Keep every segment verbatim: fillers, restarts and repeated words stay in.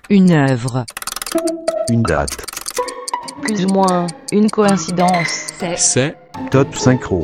Une œuvre. Une date. Plus ou moins une coïncidence. C'est. C'est Top Synchro.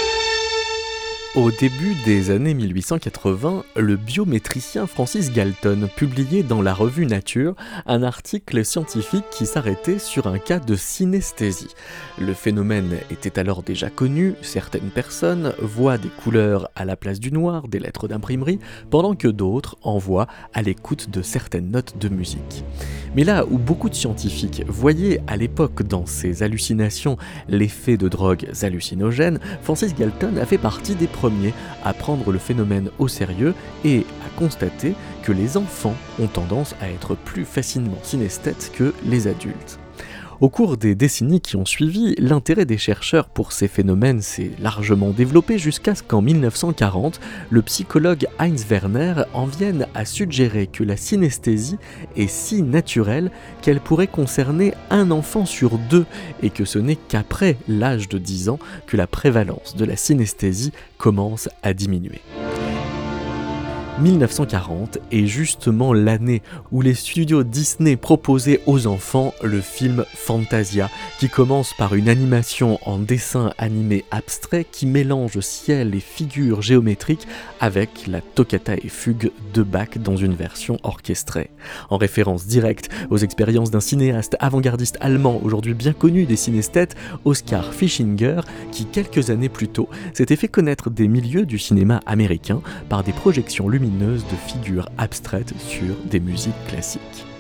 au début des années mille huit cent quatre-vingts, le biométricien Francis Galton publiait dans la revue Nature un article scientifique qui s'arrêtait sur un cas de synesthésie. Le phénomène était alors déjà connu, certaines personnes voient des couleurs à la place du noir des lettres d'imprimerie, pendant que d'autres en voient à l'écoute de certaines notes de musique. Mais là où beaucoup de scientifiques voyaient à l'époque dans ces hallucinations l'effet de drogues hallucinogènes, Francis Galton a fait partie des premiers à prendre le phénomène au sérieux et à constater que les enfants ont tendance à être plus facilement synesthètes que les adultes. Au cours des décennies qui ont suivi, l'intérêt des chercheurs pour ces phénomènes s'est largement développé jusqu'à ce qu'en mille neuf cent quarante, le psychologue Heinz Werner en vienne à suggérer que la synesthésie est si naturelle qu'elle pourrait concerner un enfant sur deux et que ce n'est qu'après l'âge de dix ans que la prévalence de la synesthésie commence à diminuer. mille neuf cent quarante est justement l'année où les studios Disney proposaient aux enfants le film Fantasia, qui commence par une animation en dessin animé abstrait qui mélange ciel et figures géométriques avec la toccata et fugue de Bach dans une version orchestrée. En référence directe aux expériences d'un cinéaste avant-gardiste allemand aujourd'hui bien connu des synesthètes, Oskar Fischinger, qui quelques années plus tôt s'était fait connaître des milieux du cinéma américain par des projections lumineuses de figures abstraites sur des musiques classiques.